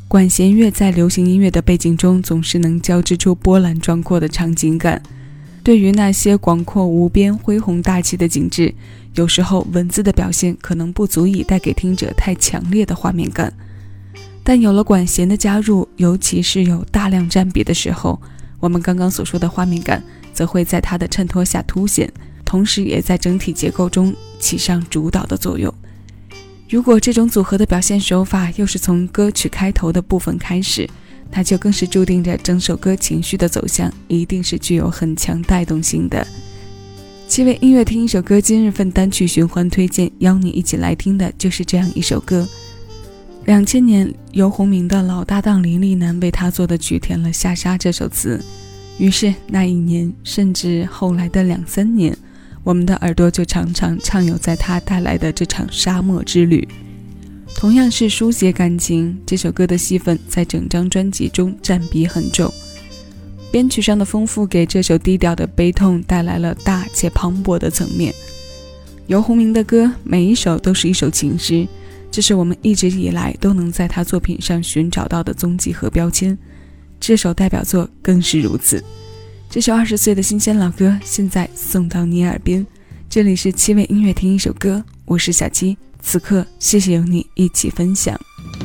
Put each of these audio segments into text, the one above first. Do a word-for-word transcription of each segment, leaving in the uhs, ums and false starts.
管弦乐在流行音乐的背景中总是能交织出波澜壮阔的场景感。对于那些广阔无边、恢宏大气的景致，有时候文字的表现可能不足以带给听者太强烈的画面感。但有了管弦的加入，尤其是有大量占比的时候，我们刚刚所说的画面感则会在它的衬托下凸显，同时也在整体结构中起上主导的作用。如果这种组合的表现手法又是从歌曲开头的部分开始，那就更是注定着整首歌情绪的走向一定是具有很强带动性的。七位音乐听一首歌今日份单曲循环推荐，邀你一起来听的就是这样一首歌。两千年，游鸿明的老搭档林立南为他做的曲填了《下沙》这首词，于是那一年，甚至后来的两三年，我们的耳朵就常常畅游在他带来的这场沙漠之旅。同样是书写感情，这首歌的戏份在整张专辑中占比很重。编曲上的丰富给这首低调的悲痛带来了大且磅礴的层面。游鸿明的歌每一首都是一首情诗，这是我们一直以来都能在他作品上寻找到的踪迹和标签，这首代表作更是如此。这首二十岁的新鲜老歌现在送到你耳边，这里是七位音乐听一首歌，我是小七，此刻谢谢有你一起分享。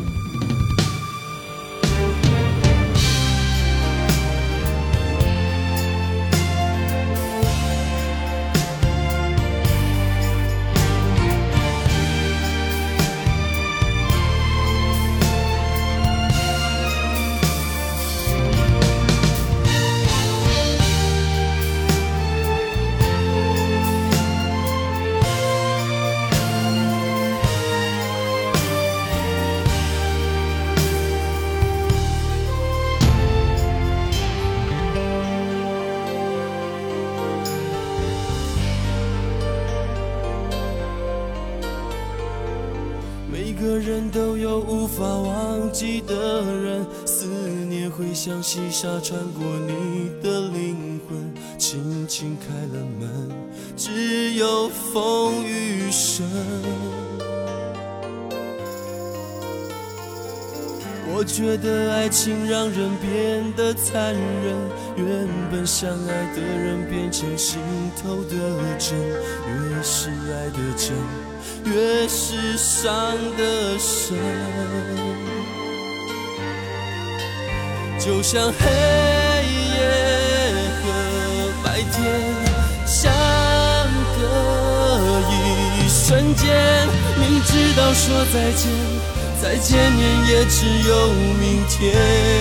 每个人都有无法忘记的人，思念会像细沙穿过你的灵魂，轻轻开了门，只有风雨声。我觉得爱情让人变得残忍，原本相爱的人变成心头的针，越是爱的真，越是伤得深。就像黑夜和白天相隔一瞬间，明知道说再见，再见面也只有明天。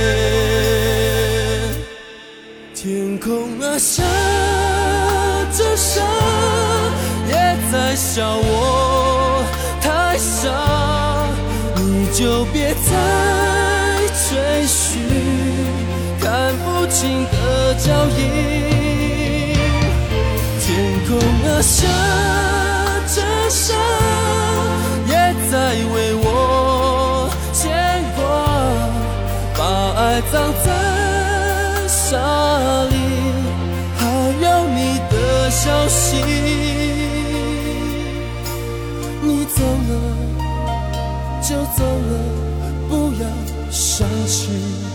天空啊下着沙，也在笑我太傻，你就别再追寻看不清的脚印。天空啊下着沙，也在为我牵挂，把爱葬在沙里，还有你的消息。你走了就走了，不要伤心。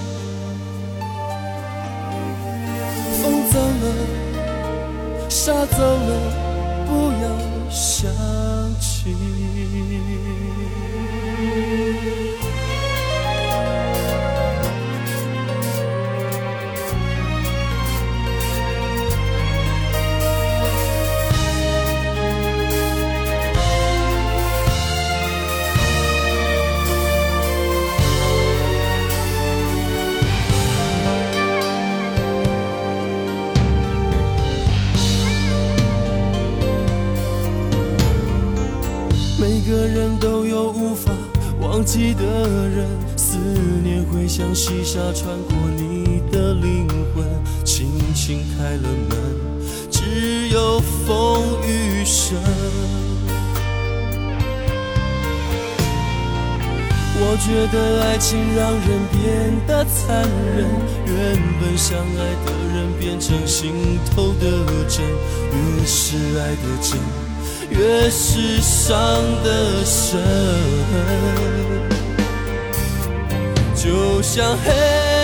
风走了，沙走了，不要想起。每个人都有无法忘记的人，思念会像细沙穿过你的灵魂，轻轻开了门，只有风雨声。我觉得爱情让人变得残忍，原本相爱的人变成心头的针，越是爱的真，越是伤得深。 就像黑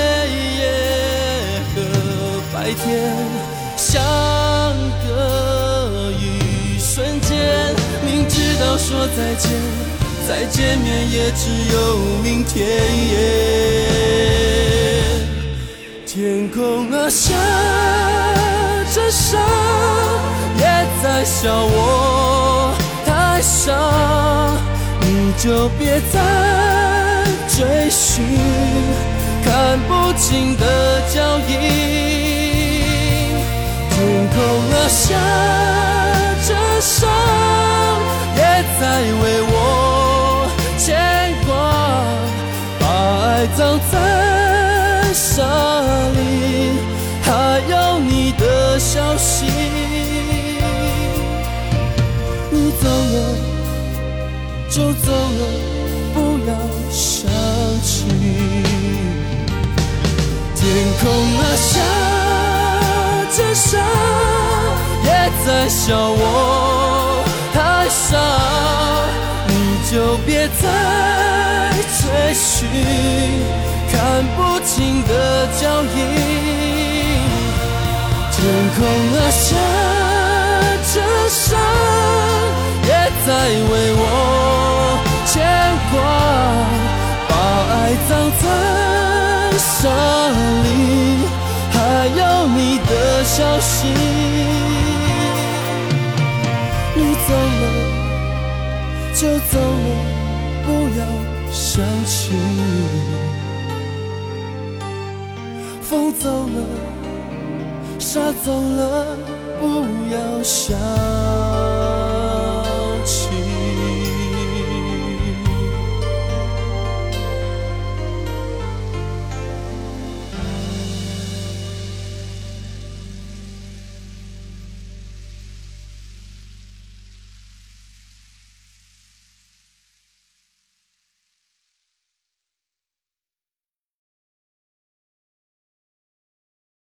夜和白天相隔一瞬间，明知道说再见，再见面也只有明天。天空啊下着沙，也在笑我太傻，你就别再追寻看不清的脚印。天空啊下着沙，也在为我牵挂，把爱葬在沙里，还有你的消息。你走了就走了，不要想起。天空啊下着沙，也在笑我太傻，你就别再追寻看不清的脚印。天空啊下着沙，也在为我牵挂，把爱葬在沙里，还有你的消息。你走了就走了，不要想起。风走了，沙走了，不要想